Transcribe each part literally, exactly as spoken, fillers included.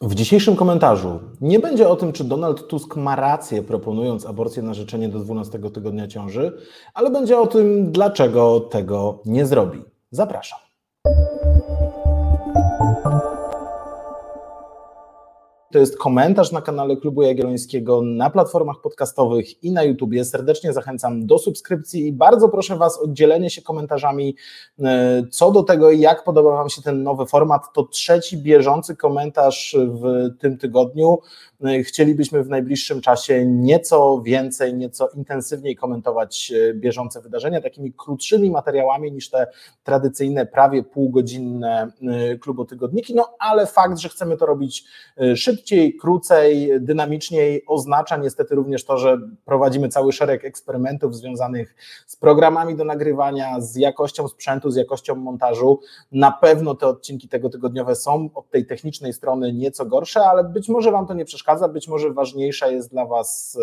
W dzisiejszym komentarzu nie będzie o tym, czy Donald Tusk ma rację, proponując aborcję na życzenie do dwunastego tygodnia ciąży, ale będzie o tym, dlaczego tego nie zrobi. Zapraszam. To jest komentarz na kanale Klubu Jagiellońskiego, na platformach podcastowych i na YouTubie. Serdecznie zachęcam do subskrypcji i bardzo proszę Was o dzielenie się komentarzami co do tego, jak podoba Wam się ten nowy format. To trzeci bieżący komentarz w tym tygodniu. Chcielibyśmy w najbliższym czasie nieco więcej, nieco intensywniej komentować bieżące wydarzenia, takimi krótszymi materiałami niż te tradycyjne, prawie półgodzinne klubotygodniki, no ale fakt, że chcemy to robić szybciej, krócej, dynamiczniej oznacza niestety również to, że prowadzimy cały szereg eksperymentów związanych z programami do nagrywania, z jakością sprzętu, z jakością montażu. Na pewno te odcinki tegotygodniowe są od tej technicznej strony nieco gorsze, ale być może Wam to nie przeszkadza, być może ważniejsza jest dla Was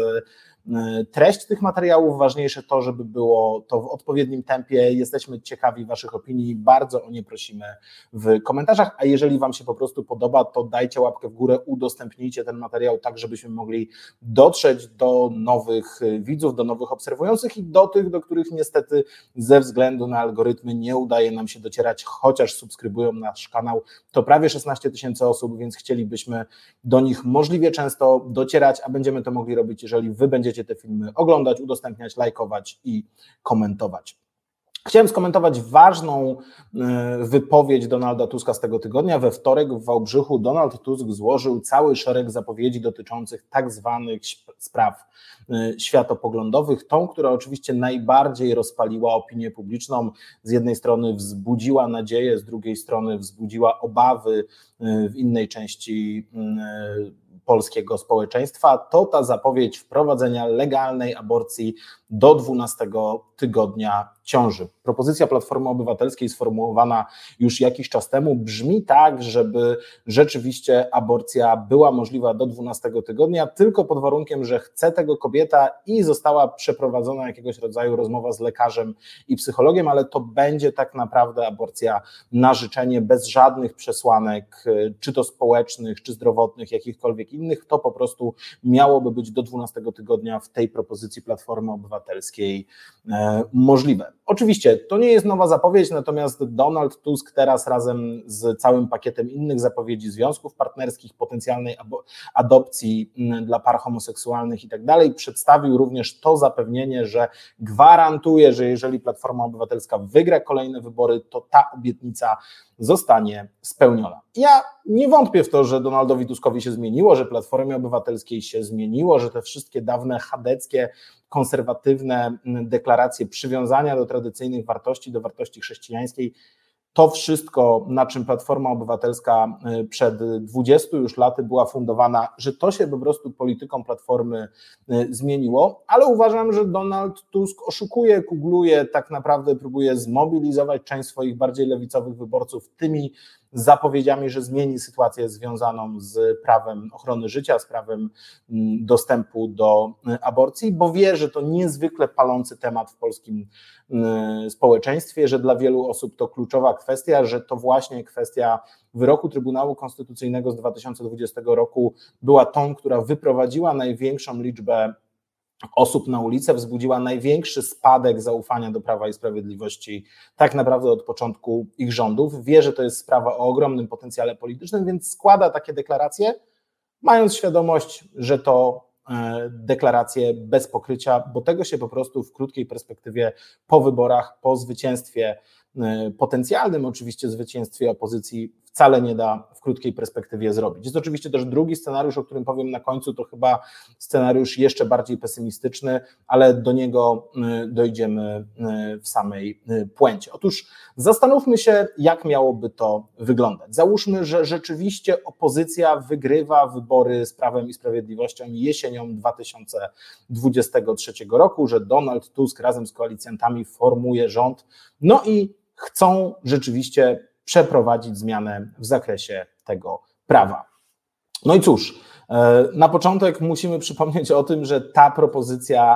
treść tych materiałów, ważniejsze to, żeby było to w odpowiednim tempie. Jesteśmy ciekawi Waszych opinii, bardzo o nie prosimy w komentarzach, a jeżeli Wam się po prostu podoba, to dajcie łapkę w górę, udostępnijcie ten materiał tak, żebyśmy mogli dotrzeć do nowych widzów, do nowych obserwujących i do tych, do których niestety ze względu na algorytmy nie udaje nam się docierać, chociaż subskrybują nasz kanał. To prawie szesnaście tysięcy osób, więc chcielibyśmy do nich możliwie często docierać, a będziemy to mogli robić, jeżeli Wy będziecie te filmy oglądać, udostępniać, lajkować i komentować. Chciałem skomentować ważną wypowiedź Donalda Tuska z tego tygodnia. We wtorek w Wałbrzychu Donald Tusk złożył cały szereg zapowiedzi dotyczących tak zwanych spraw światopoglądowych. Tą, która oczywiście najbardziej rozpaliła opinię publiczną. Z jednej strony wzbudziła nadzieję, z drugiej strony wzbudziła obawy w innej części polskiego społeczeństwa, to ta zapowiedź wprowadzenia legalnej aborcji do dwunastego tygodnia ciąży. Propozycja Platformy Obywatelskiej sformułowana już jakiś czas temu brzmi tak, żeby rzeczywiście aborcja była możliwa do dwunastego tygodnia, tylko pod warunkiem, że chce tego kobieta i została przeprowadzona jakiegoś rodzaju rozmowa z lekarzem i psychologiem, ale to będzie tak naprawdę aborcja na życzenie, bez żadnych przesłanek, czy to społecznych, czy zdrowotnych, jakichkolwiek innych. To po prostu miałoby być do dwunastego tygodnia w tej propozycji Platformy Obywatelskiej możliwe. Oczywiście to nie jest nowa zapowiedź, natomiast Donald Tusk teraz razem z całym pakietem innych zapowiedzi związków partnerskich, potencjalnej adopcji dla par homoseksualnych i tak dalej, przedstawił również to zapewnienie, że gwarantuje, że jeżeli Platforma Obywatelska wygra kolejne wybory, to ta obietnica zostanie spełniona. Ja nie wątpię w to, że Donaldowi Tuskowi się zmieniło, że Platformie Obywatelskiej się zmieniło, że te wszystkie dawne chadeckie, konserwatywne deklaracje przywiązania do tradycyjnych wartości, do wartości chrześcijańskiej, to wszystko, na czym Platforma Obywatelska przed dwudziestu już laty była fundowana, że to się po prostu polityką Platformy zmieniło, ale uważam, że Donald Tusk oszukuje, kugluje, tak naprawdę próbuje zmobilizować część swoich bardziej lewicowych wyborców tymi zapowiedziami, że zmieni sytuację związaną z prawem ochrony życia, z prawem dostępu do aborcji, bo wie, że to niezwykle palący temat w polskim społeczeństwie, że dla wielu osób to kluczowa kwestia, że to właśnie kwestia wyroku Trybunału Konstytucyjnego z dwa tysiące dwudziestego roku była tą, która wyprowadziła największą liczbę osób na ulicę, wzbudziła największy spadek zaufania do Prawa i Sprawiedliwości tak naprawdę od początku ich rządów. Wie, że to jest sprawa o ogromnym potencjale politycznym, więc składa takie deklaracje, mając świadomość, że to deklaracje bez pokrycia, bo tego się po prostu w krótkiej perspektywie po wyborach, po zwycięstwie, potencjalnym oczywiście zwycięstwie opozycji wcale nie da w krótkiej perspektywie zrobić. Jest oczywiście też drugi scenariusz, o którym powiem na końcu, to chyba scenariusz jeszcze bardziej pesymistyczny, ale do niego dojdziemy w samej puencie. Otóż zastanówmy się, jak miałoby to wyglądać. Załóżmy, że rzeczywiście opozycja wygrywa wybory z Prawem i Sprawiedliwością jesienią dwa tysiące dwudziestego trzeciego roku, że Donald Tusk razem z koalicjantami formuje rząd, no i chcą rzeczywiście przeprowadzić zmianę w zakresie tego prawa. No i cóż, na początek musimy przypomnieć o tym, że ta propozycja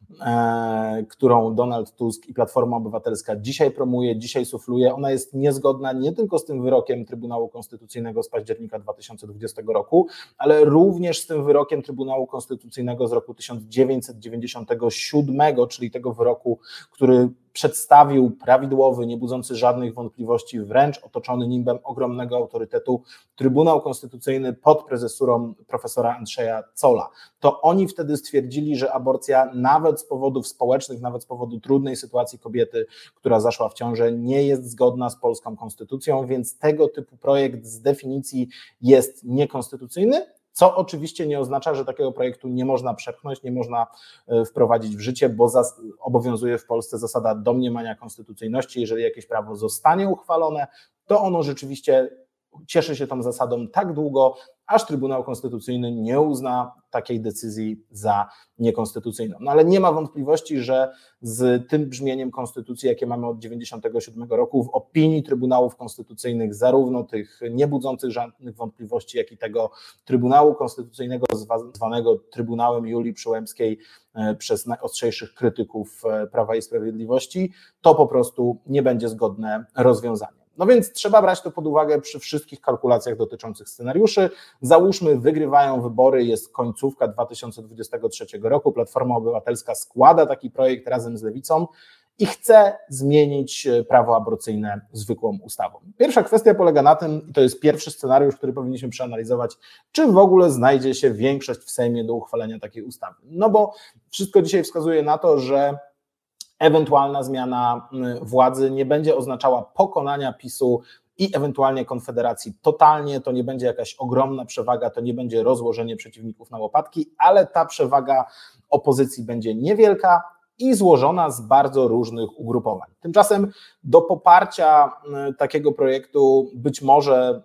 którą Donald Tusk i Platforma Obywatelska dzisiaj promuje, dzisiaj sufluje, ona jest niezgodna nie tylko z tym wyrokiem Trybunału Konstytucyjnego z października dwa tysiące dwudziestego roku, ale również z tym wyrokiem Trybunału Konstytucyjnego z roku tysiąc dziewięćset dziewięćdziesiątego siódmego, czyli tego wyroku, który przedstawił prawidłowy, nie budzący żadnych wątpliwości, wręcz otoczony nimbem ogromnego autorytetu Trybunał Konstytucyjny pod prezesurą profesora Andrzeja Zolla. To oni wtedy stwierdzili, że aborcja nawet z powodów społecznych, nawet z powodu trudnej sytuacji kobiety, która zaszła w ciążę, nie jest zgodna z polską konstytucją, więc tego typu projekt z definicji jest niekonstytucyjny, co oczywiście nie oznacza, że takiego projektu nie można przepchnąć, nie można wprowadzić w życie, bo zas- obowiązuje w Polsce zasada domniemania konstytucyjności. Jeżeli jakieś prawo zostanie uchwalone, to ono rzeczywiście cieszy się tą zasadą tak długo, aż Trybunał Konstytucyjny nie uzna takiej decyzji za niekonstytucyjną. No ale nie ma wątpliwości, że z tym brzmieniem konstytucji, jakie mamy od dziewięćdziesiątego siódmego roku, w opinii Trybunałów Konstytucyjnych, zarówno tych niebudzących żadnych wątpliwości, jak i tego Trybunału Konstytucyjnego zwanego Trybunałem Julii Przyłębskiej przez najostrzejszych krytyków Prawa i Sprawiedliwości, to po prostu nie będzie zgodne rozwiązanie. No więc trzeba brać to pod uwagę przy wszystkich kalkulacjach dotyczących scenariuszy. Załóżmy, wygrywają wybory, jest końcówka dwa tysiące dwudziestego trzeciego roku, Platforma Obywatelska składa taki projekt razem z Lewicą i chce zmienić prawo aborcyjne zwykłą ustawą. Pierwsza kwestia polega na tym, i to jest pierwszy scenariusz, który powinniśmy przeanalizować, czy w ogóle znajdzie się większość w Sejmie do uchwalenia takiej ustawy. No bo wszystko dzisiaj wskazuje na to, że ewentualna zmiana władzy nie będzie oznaczała pokonania PiSu i ewentualnie Konfederacji totalnie, to nie będzie jakaś ogromna przewaga, to nie będzie rozłożenie przeciwników na łopatki, ale ta przewaga opozycji będzie niewielka i złożona z bardzo różnych ugrupowań. Tymczasem do poparcia takiego projektu być może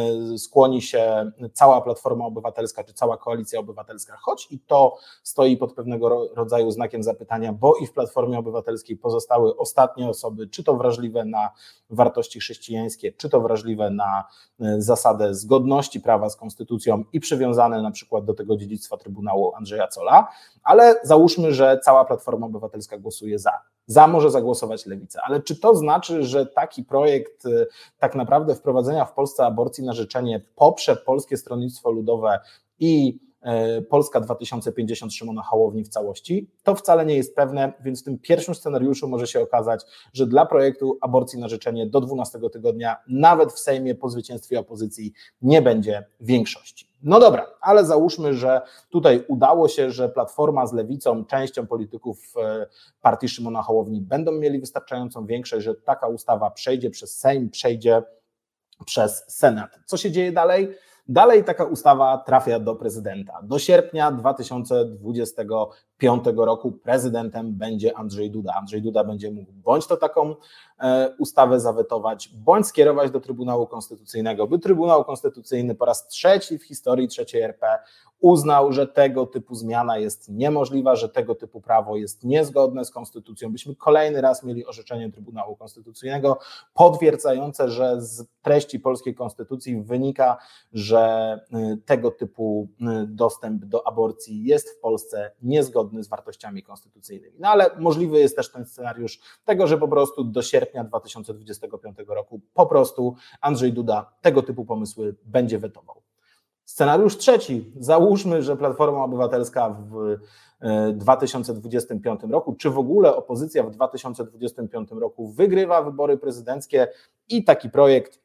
skłoni się cała Platforma Obywatelska czy cała Koalicja Obywatelska, choć i to stoi pod pewnego rodzaju znakiem zapytania, bo i w Platformie Obywatelskiej pozostały ostatnie osoby, czy to wrażliwe na wartości chrześcijańskie, czy to wrażliwe na zasadę zgodności prawa z konstytucją i przywiązane na przykład do tego dziedzictwa Trybunału Andrzeja Zolla, ale załóżmy, że cała Platforma Obywatelska głosuje za. Za może zagłosować Lewica, ale czy to znaczy, że taki projekt tak naprawdę wprowadzenia w Polsce aborcji na życzenie poprze Polskie Stronnictwo Ludowe i Polska dwa tysiące pięćdziesiąt Szymona Hołowni w całości? To wcale nie jest pewne, więc w tym pierwszym scenariuszu może się okazać, że dla projektu aborcji na życzenie do dwunastego tygodnia nawet w Sejmie po zwycięstwie opozycji nie będzie większości. No dobra, ale załóżmy, że tutaj udało się, że Platforma z Lewicą, częścią polityków partii Szymona Hołowni będą mieli wystarczającą większość, że taka ustawa przejdzie przez Sejm, przejdzie przez Senat. Co się dzieje dalej? Dalej taka ustawa trafia do prezydenta. Do sierpnia dwa tysiące dwudziestego piątego roku prezydentem będzie Andrzej Duda. Andrzej Duda będzie mógł bądź to taką e, ustawę zawetować, bądź skierować do Trybunału Konstytucyjnego, by Trybunał Konstytucyjny po raz trzeci w historii trzeciej R P uznał, że tego typu zmiana jest niemożliwa, że tego typu prawo jest niezgodne z konstytucją. Byśmy kolejny raz mieli orzeczenie Trybunału Konstytucyjnego potwierdzające, że z treści polskiej konstytucji wynika, że tego typu dostęp do aborcji jest w Polsce niezgodny z wartościami konstytucyjnymi. No ale możliwy jest też ten scenariusz tego, że po prostu do sierpnia dwa tysiące dwudziestego piątego roku po prostu Andrzej Duda tego typu pomysły będzie wetował. Scenariusz trzeci. Załóżmy, że Platforma Obywatelska w dwa tysiące dwudziestym piątym roku, czy w ogóle opozycja w dwa tysiące dwudziestym piątym roku wygrywa wybory prezydenckie i taki projekt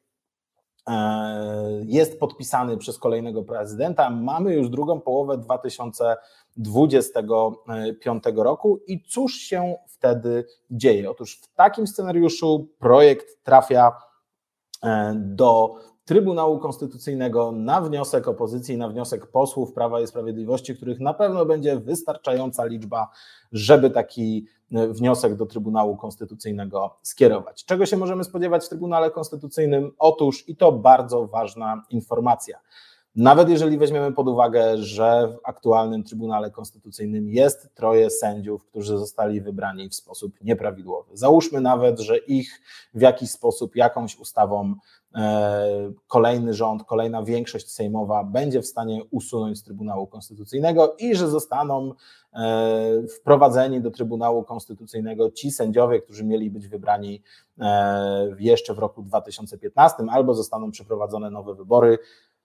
jest podpisany przez kolejnego prezydenta. Mamy już drugą połowę dwa tysiące dwudziestego piątego roku i cóż się wtedy dzieje? Otóż w takim scenariuszu projekt trafia do Trybunału Konstytucyjnego na wniosek opozycji, na wniosek posłów Prawa i Sprawiedliwości, których na pewno będzie wystarczająca liczba, żeby taki wniosek do Trybunału Konstytucyjnego skierować. Czego się możemy spodziewać w Trybunale Konstytucyjnym? Otóż, i to bardzo ważna informacja, Nawet jeżeli weźmiemy pod uwagę, że w aktualnym Trybunale Konstytucyjnym jest troje sędziów, którzy zostali wybrani w sposób nieprawidłowy. Załóżmy nawet, że ich w jakiś sposób, jakąś ustawą kolejny rząd, kolejna większość sejmowa będzie w stanie usunąć z Trybunału Konstytucyjnego i że zostaną wprowadzeni do Trybunału Konstytucyjnego ci sędziowie, którzy mieli być wybrani jeszcze w roku dwa tysiące piętnastym, albo zostaną przeprowadzone nowe wybory.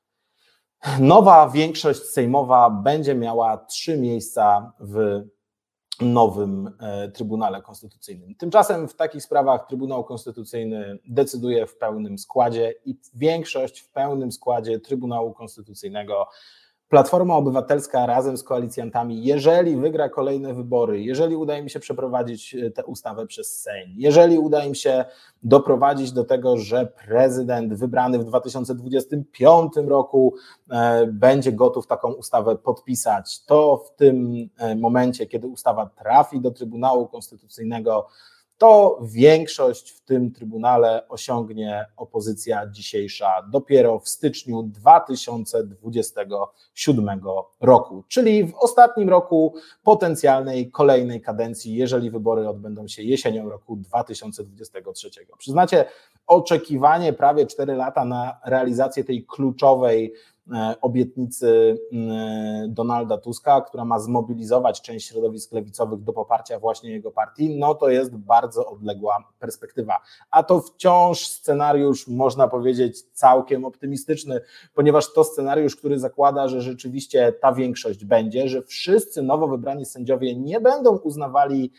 Nowa większość sejmowa będzie miała trzy miejsca w nowym Trybunale Konstytucyjnym. Tymczasem w takich sprawach Trybunał Konstytucyjny decyduje w pełnym składzie i większość w pełnym składzie Trybunału Konstytucyjnego Platforma Obywatelska razem z koalicjantami, jeżeli wygra kolejne wybory, jeżeli uda im się przeprowadzić tę ustawę przez Sejm, jeżeli uda im się doprowadzić do tego, że prezydent wybrany w dwa tysiące dwudziestym piątym roku będzie gotów taką ustawę podpisać, to w tym momencie, kiedy ustawa trafi do Trybunału Konstytucyjnego, to większość w tym Trybunale osiągnie opozycja dzisiejsza dopiero w styczniu dwa tysiące dwudziestego siódmego roku, czyli w ostatnim roku potencjalnej kolejnej kadencji, jeżeli wybory odbędą się jesienią roku dwa tysiące dwudziestego trzeciego. Przyznacie, oczekiwanie prawie cztery lata na realizację tej kluczowej obietnicy Donalda Tuska, która ma zmobilizować część środowisk lewicowych do poparcia właśnie jego partii, no to jest bardzo odległa perspektywa. A to wciąż scenariusz, można powiedzieć, całkiem optymistyczny, ponieważ to scenariusz, który zakłada, że rzeczywiście ta większość będzie, że wszyscy nowo wybrani sędziowie nie będą uznawali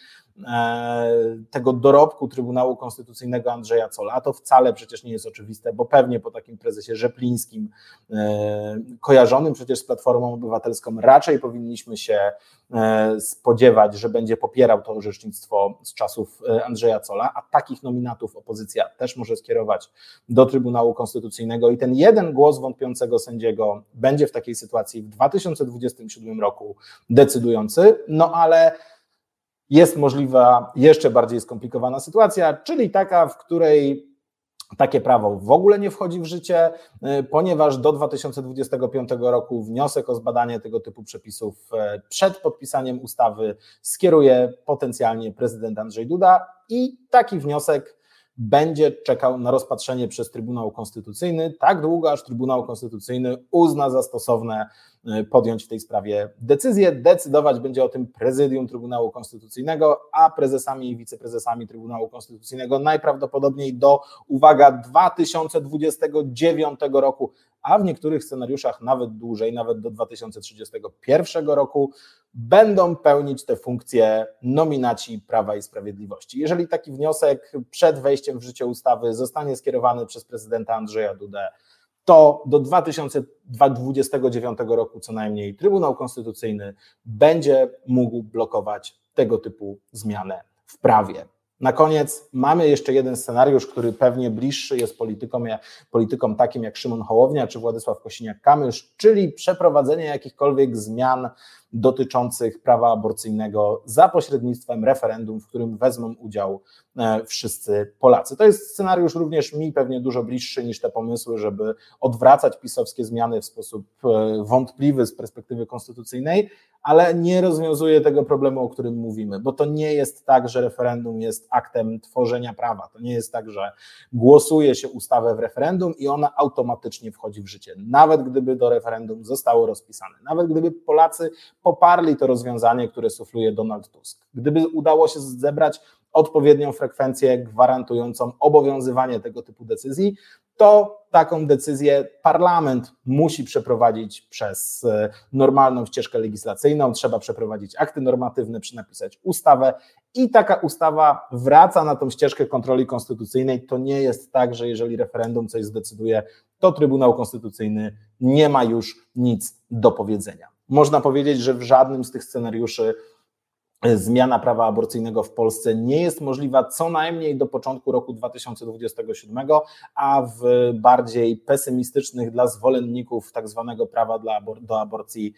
tego dorobku Trybunału Konstytucyjnego Andrzeja Zolla, a to wcale przecież nie jest oczywiste, bo pewnie po takim prezesie Rzeplińskim, kojarzonym przecież z Platformą Obywatelską, raczej powinniśmy się spodziewać, że będzie popierał to orzecznictwo z czasów Andrzeja Zolla, a takich nominatów opozycja też może skierować do Trybunału Konstytucyjnego i ten jeden głos wątpiącego sędziego będzie w takiej sytuacji w dwa tysiące dwudziestym siódmym roku decydujący, no ale jest możliwa jeszcze bardziej skomplikowana sytuacja, czyli taka, w której takie prawo w ogóle nie wchodzi w życie, ponieważ do dwa tysiące dwudziestego piątego roku wniosek o zbadanie tego typu przepisów przed podpisaniem ustawy skieruje potencjalnie prezydent Andrzej Duda i taki wniosek będzie czekał na rozpatrzenie przez Trybunał Konstytucyjny tak długo, aż Trybunał Konstytucyjny uzna za stosowne podjąć w tej sprawie decyzję. Decydować będzie o tym prezydium Trybunału Konstytucyjnego, a prezesami i wiceprezesami Trybunału Konstytucyjnego najprawdopodobniej do, uwaga, dwa tysiące dwudziestego dziewiątego roku, a w niektórych scenariuszach nawet dłużej, nawet do dwa tysiące trzydziestego pierwszego roku, będą pełnić te funkcje nominaci Prawa i Sprawiedliwości. Jeżeli taki wniosek przed wejściem w życie ustawy zostanie skierowany przez prezydenta Andrzeja Dudę, to do dwa tysiące dwudziestego dziewiątego roku co najmniej Trybunał Konstytucyjny będzie mógł blokować tego typu zmianę w prawie. Na koniec mamy jeszcze jeden scenariusz, który pewnie bliższy jest politykom, politykom takim jak Szymon Hołownia czy Władysław Kosiniak-Kamysz, czyli przeprowadzenie jakichkolwiek zmian dotyczących prawa aborcyjnego za pośrednictwem referendum, w którym wezmą udział wszyscy Polacy. To jest scenariusz również mi pewnie dużo bliższy niż te pomysły, żeby odwracać pisowskie zmiany w sposób wątpliwy z perspektywy konstytucyjnej, ale nie rozwiązuje tego problemu, o którym mówimy, bo to nie jest tak, że referendum jest aktem tworzenia prawa. To nie jest tak, że głosuje się ustawę w referendum i ona automatycznie wchodzi w życie. Nawet gdyby do referendum zostało rozpisane, nawet gdyby Polacy poparli to rozwiązanie, które sufluje Donald Tusk, gdyby udało się zebrać odpowiednią frekwencję gwarantującą obowiązywanie tego typu decyzji, to taką decyzję parlament musi przeprowadzić przez normalną ścieżkę legislacyjną, trzeba przeprowadzić akty normatywne, napisać ustawę i taka ustawa wraca na tą ścieżkę kontroli konstytucyjnej. To nie jest tak, że jeżeli referendum coś zdecyduje, to Trybunał Konstytucyjny nie ma już nic do powiedzenia. Można powiedzieć, że w żadnym z tych scenariuszy zmiana prawa aborcyjnego w Polsce nie jest możliwa co najmniej do początku roku dwa tysiące dwudziestego siódmego, a w bardziej pesymistycznych dla zwolenników tak zwanego prawa dla abor- do aborcji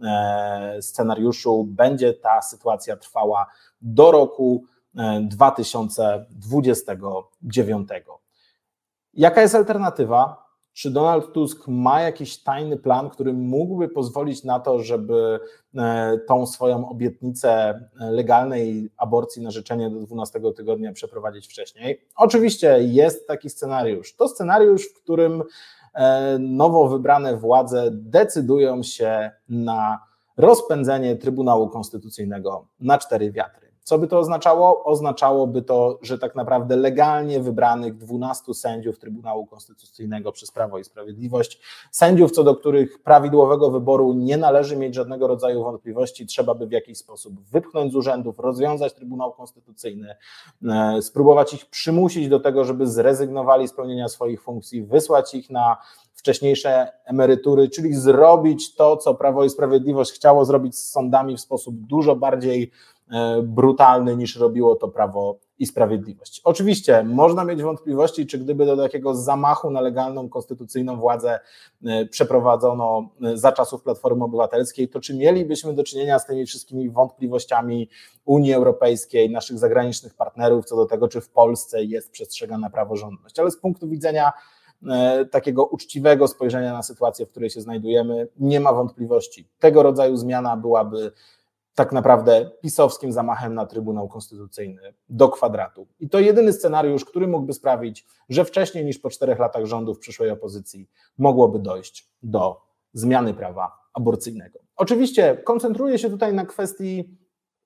e, scenariuszu będzie ta sytuacja trwała do roku dwa tysiące dwudziestego dziewiątego. Jaka jest alternatywa? Czy Donald Tusk ma jakiś tajny plan, który mógłby pozwolić na to, żeby tą swoją obietnicę legalnej aborcji na życzenie do dwunastego tygodnia przeprowadzić wcześniej? Oczywiście jest taki scenariusz. To scenariusz, w którym nowo wybrane władze decydują się na rozpędzenie Trybunału Konstytucyjnego na cztery wiatry. Co by to oznaczało? Oznaczałoby to, że tak naprawdę legalnie wybranych dwunastu sędziów Trybunału Konstytucyjnego przez Prawo i Sprawiedliwość, sędziów, co do których prawidłowego wyboru nie należy mieć żadnego rodzaju wątpliwości, trzeba by w jakiś sposób wypchnąć z urzędów, rozwiązać Trybunał Konstytucyjny, spróbować ich przymusić do tego, żeby zrezygnowali z pełnienia swoich funkcji, wysłać ich na wcześniejsze emerytury, czyli zrobić to, co Prawo i Sprawiedliwość chciało zrobić z sądami w sposób dużo bardziej brutalny niż robiło to Prawo i Sprawiedliwość. Oczywiście można mieć wątpliwości, czy gdyby do takiego zamachu na legalną, konstytucyjną władzę przeprowadzono za czasów Platformy Obywatelskiej, to czy mielibyśmy do czynienia z tymi wszystkimi wątpliwościami Unii Europejskiej, naszych zagranicznych partnerów co do tego, czy w Polsce jest przestrzegana praworządność. Ale z punktu widzenia takiego uczciwego spojrzenia na sytuację, w której się znajdujemy, nie ma wątpliwości. Tego rodzaju zmiana byłaby tak naprawdę pisowskim zamachem na Trybunał Konstytucyjny do kwadratu. I to jedyny scenariusz, który mógłby sprawić, że wcześniej niż po czterech latach rządów przyszłej opozycji mogłoby dojść do zmiany prawa aborcyjnego. Oczywiście koncentruję się tutaj na kwestii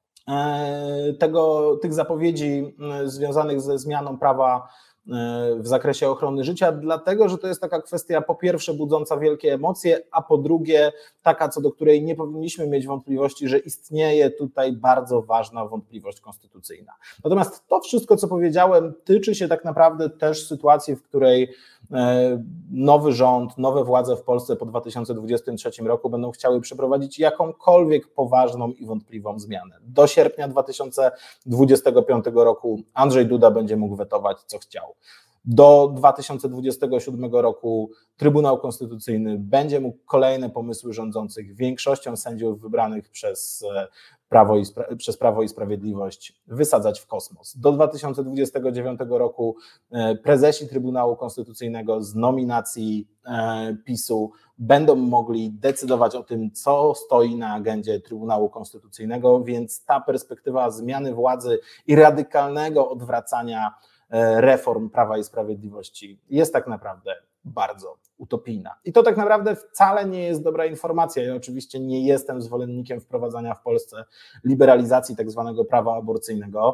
tego, tych zapowiedzi związanych ze zmianą prawa w zakresie ochrony życia, dlatego że to jest taka kwestia po pierwsze budząca wielkie emocje, a po drugie taka, co do której nie powinniśmy mieć wątpliwości, że istnieje tutaj bardzo ważna wątpliwość konstytucyjna. Natomiast to wszystko, co powiedziałem, tyczy się tak naprawdę też sytuacji, w której nowy rząd, nowe władze w Polsce po dwa tysiące dwudziestym trzecim roku będą chciały przeprowadzić jakąkolwiek poważną i wątpliwą zmianę. Do sierpnia dwa tysiące dwudziestego piątego roku Andrzej Duda będzie mógł wetować, co chciał. Do dwa tysiące dwudziestego siódmego roku Trybunał Konstytucyjny będzie mógł kolejne pomysły rządzących większością sędziów wybranych przez Prawo i, przez Prawo i Sprawiedliwość wysadzać w kosmos. Do dwa tysiące dwudziestego dziewiątego roku prezesi Trybunału Konstytucyjnego z nominacji PiSu będą mogli decydować o tym, co stoi na agendzie Trybunału Konstytucyjnego, więc ta perspektywa zmiany władzy i radykalnego odwracania reform Prawa i Sprawiedliwości jest tak naprawdę bardzo utopijna. I to tak naprawdę wcale nie jest dobra informacja. Ja oczywiście nie jestem zwolennikiem wprowadzania w Polsce liberalizacji tak zwanego prawa aborcyjnego.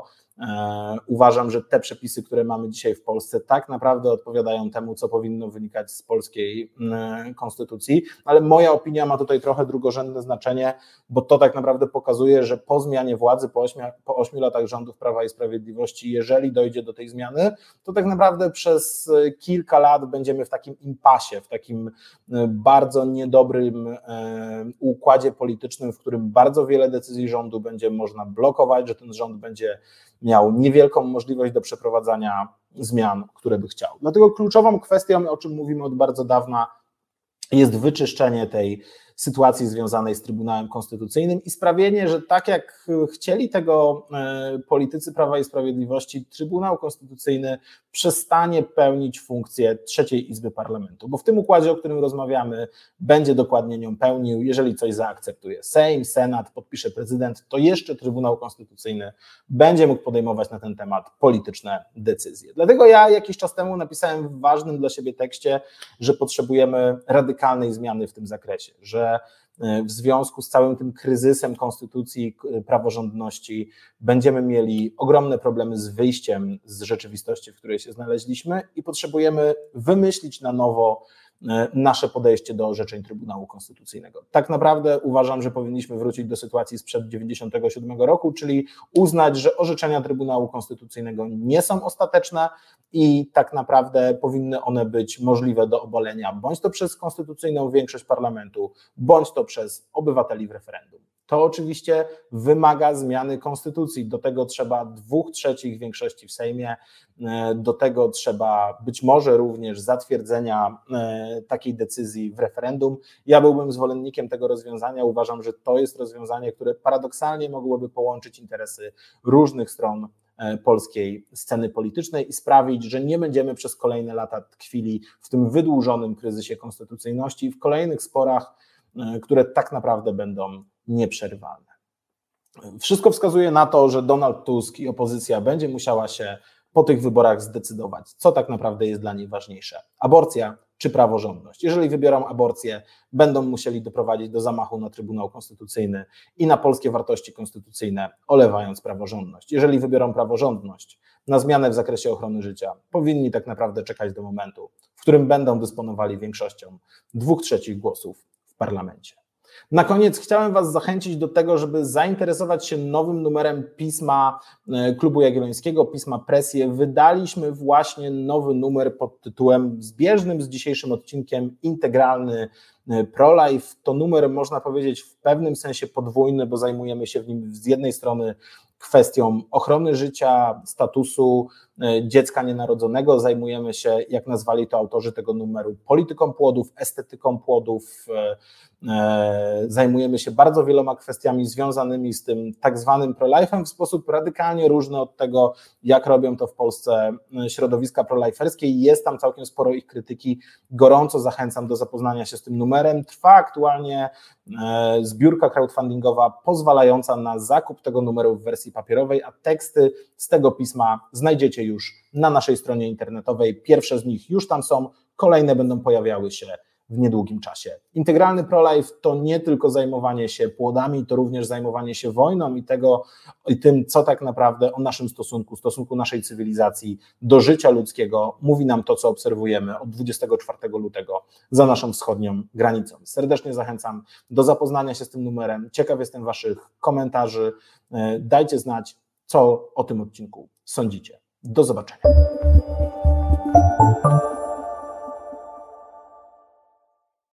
Uważam, że te przepisy, które mamy dzisiaj w Polsce, tak naprawdę odpowiadają temu, co powinno wynikać z polskiej konstytucji, ale moja opinia ma tutaj trochę drugorzędne znaczenie, bo to tak naprawdę pokazuje, że po zmianie władzy, po ośmiu, po ośmiu latach rządów Prawa i Sprawiedliwości, jeżeli dojdzie do tej zmiany, to tak naprawdę przez kilka lat będziemy w takim impasie, w takim bardzo niedobrym układzie politycznym, w którym bardzo wiele decyzji rządu będzie można blokować, że ten rząd będzie miał niewielką możliwość do przeprowadzania zmian, które by chciał. Dlatego kluczową kwestią, o czym mówimy od bardzo dawna, jest wyczyszczenie tej sytuacji związanej z Trybunałem Konstytucyjnym i sprawienie, że tak jak chcieli tego politycy Prawa i Sprawiedliwości, Trybunał Konstytucyjny przestanie pełnić funkcję trzeciej Izby Parlamentu, bo w tym układzie, o którym rozmawiamy, będzie dokładnie nią pełnił, jeżeli coś zaakceptuje Sejm, Senat, podpisze prezydent, to jeszcze Trybunał Konstytucyjny będzie mógł podejmować na ten temat polityczne decyzje. Dlatego ja jakiś czas temu napisałem w ważnym dla siebie tekście, że potrzebujemy radykalnej zmiany w tym zakresie, że w związku z całym tym kryzysem konstytucji, praworządności będziemy mieli ogromne problemy z wyjściem z rzeczywistości, w której się znaleźliśmy i potrzebujemy wymyślić na nowo nasze podejście do orzeczeń Trybunału Konstytucyjnego. Tak naprawdę uważam, że powinniśmy wrócić do sytuacji sprzed dziewięćdziesiątego siódmego roku, czyli uznać, że orzeczenia Trybunału Konstytucyjnego nie są ostateczne i tak naprawdę powinny one być możliwe do obalenia bądź to przez konstytucyjną większość parlamentu, bądź to przez obywateli w referendum. To oczywiście wymaga zmiany konstytucji, do tego trzeba dwóch trzecich większości w Sejmie, do tego trzeba być może również zatwierdzenia takiej decyzji w referendum. Ja byłbym zwolennikiem tego rozwiązania, uważam, że to jest rozwiązanie, które paradoksalnie mogłoby połączyć interesy różnych stron polskiej sceny politycznej i sprawić, że nie będziemy przez kolejne lata tkwili w tym wydłużonym kryzysie konstytucyjności i w kolejnych sporach, które tak naprawdę będą nieprzerwalne. Wszystko wskazuje na to, że Donald Tusk i opozycja będzie musiała się po tych wyborach zdecydować, co tak naprawdę jest dla niej ważniejsze. Aborcja czy praworządność. Jeżeli wybiorą aborcję, będą musieli doprowadzić do zamachu na Trybunał Konstytucyjny i na polskie wartości konstytucyjne, olewając praworządność. Jeżeli wybiorą praworządność na zmianę w zakresie ochrony życia, powinni tak naprawdę czekać do momentu, w którym będą dysponowali większością dwóch trzecich głosów w parlamencie. Na koniec chciałem Was zachęcić do tego, żeby zainteresować się nowym numerem pisma Klubu Jagiellońskiego, pisma Presję. Wydaliśmy właśnie nowy numer pod tytułem zbieżnym z dzisiejszym odcinkiem Integralny Pro-Life. To numer, można powiedzieć, w pewnym sensie podwójny, bo zajmujemy się w nim z jednej strony kwestią ochrony życia, statusu dziecka nienarodzonego. Zajmujemy się, jak nazwali to autorzy tego numeru, polityką płodów, estetyką płodów. Zajmujemy się bardzo wieloma kwestiami związanymi z tym tak zwanym pro-life'em w sposób radykalnie różny od tego, jak robią to w Polsce środowiska pro-liferskie. Jest tam całkiem sporo ich krytyki. Gorąco zachęcam do zapoznania się z tym numerem. Trwa aktualnie zbiórka crowdfundingowa pozwalająca na zakup tego numeru w wersji papierowej, a teksty z tego pisma znajdziecie już na naszej stronie internetowej. Pierwsze z nich już tam są, kolejne będą pojawiały się w niedługim czasie. Integralny pro-life to nie tylko zajmowanie się płodami, to również zajmowanie się wojną i tego, i tym, co tak naprawdę o naszym stosunku, stosunku naszej cywilizacji do życia ludzkiego mówi nam to, co obserwujemy od dwudziestego czwartego lutego za naszą wschodnią granicą. Serdecznie zachęcam do zapoznania się z tym numerem. Ciekaw jestem Waszych komentarzy. Dajcie znać, co o tym odcinku sądzicie. Do zobaczenia.